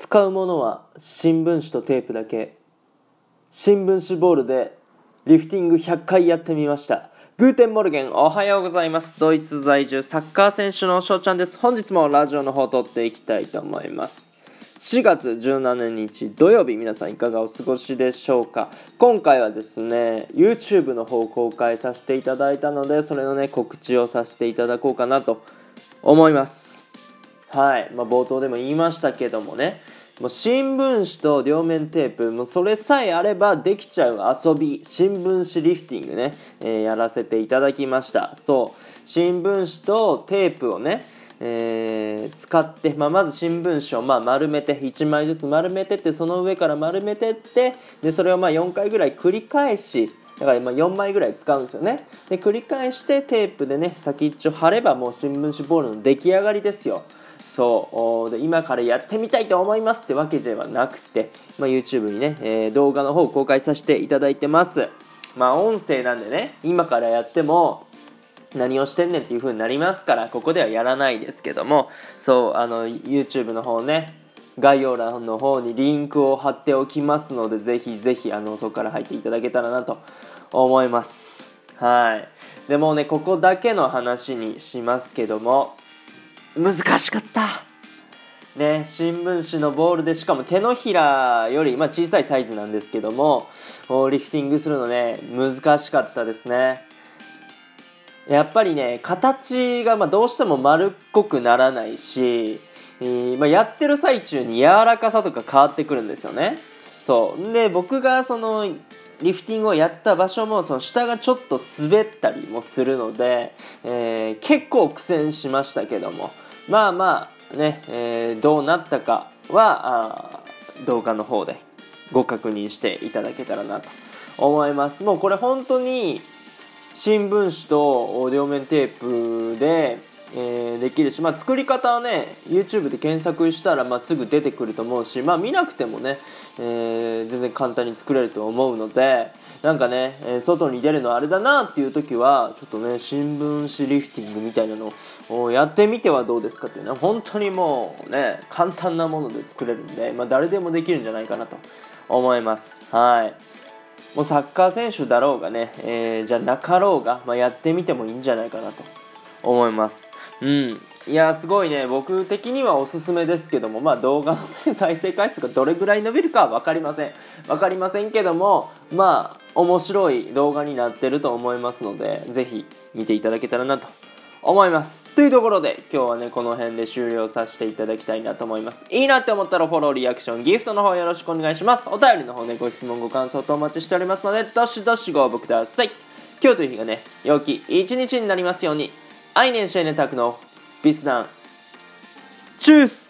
使うものは新聞紙とテープだけ。新聞紙ボールでリフティング100回やってみました。グーテンモルゲン、おはようございます。ドイツ在住サッカー選手の翔ちゃんです。本日もラジオの方を撮っていきたいと思います。4月17日土曜日、皆さんいかがお過ごしでしょうか。今回はですね YouTube の方を公開させていただいたので、それのね告知をさせていただこうかなと思います。はい、冒頭でも言いましたけどもね、もう新聞紙と両面テープ、もうそれさえあればできちゃう遊び、新聞紙リフティングね、やらせていただきました。そう新聞紙とテープをね、使って、まず新聞紙を丸めて1枚ずつ丸めてって、その上から丸めてって、でそれを4回ぐらい繰り返し、だから4枚ぐらい使うんですよね。で繰り返してテープでね先っちょ貼れば、もう新聞紙ボールの出来上がりですよ。そうで今からやってみたいと思いますってわけではなくて、YouTube にね、動画の方を公開させていただいてます。音声なんでね、今からやっても何をしてんねんっていう風になりますから、ここではやらないですけども、YouTube の方ね、概要欄の方にリンクを貼っておきますので、ぜひぜひそこから入っていただけたらなと思います。はい。でもね、ここだけの話にしますけども、難しかったね。新聞紙のボールで、しかも手のひらより、小さいサイズなんですけども、リフティングするのね難しかったですね。やっぱりね、形がどうしても丸っこくならないし、やってる最中に柔らかさとか変わってくるんですよね。そうで、僕がそのリフティングをやった場所も、その下がちょっと滑ったりもするので、結構苦戦しましたけども、ね、どうなったかは動画の方でご確認していただけたらなと思います。もうこれ本当に新聞紙と両面テープで、できるし、作り方はね YouTube で検索したらすぐ出てくると思うし、見なくてもね、全然簡単に作れると思うので、なんかね、外に出るのあれだなっていう時はちょっとね、新聞紙リフティングみたいなのをやってみてはどうですかっていうね、本当にもうね簡単なもので作れるんで、誰でもできるんじゃないかなと思います。はい。もうサッカー選手だろうがね、じゃなかろうが、やってみてもいいんじゃないかなと思います。いやすごいね、僕的にはおすすめですけども、動画の、ね、再生回数がどれぐらい伸びるかは分かりませんけども、面白い動画になってると思いますので、ぜひ見ていただけたらなと思います。というところで今日はねこの辺で終了させていただきたいなと思います。いいなって思ったらフォロー、リアクション、ギフトの方よろしくお願いします。お便りの方ね、ご質問ご感想とお待ちしておりますので、どしどしご応募ください。今日という日がね良き一日になりますように。アイネンシェイネタクのビスダンチュース。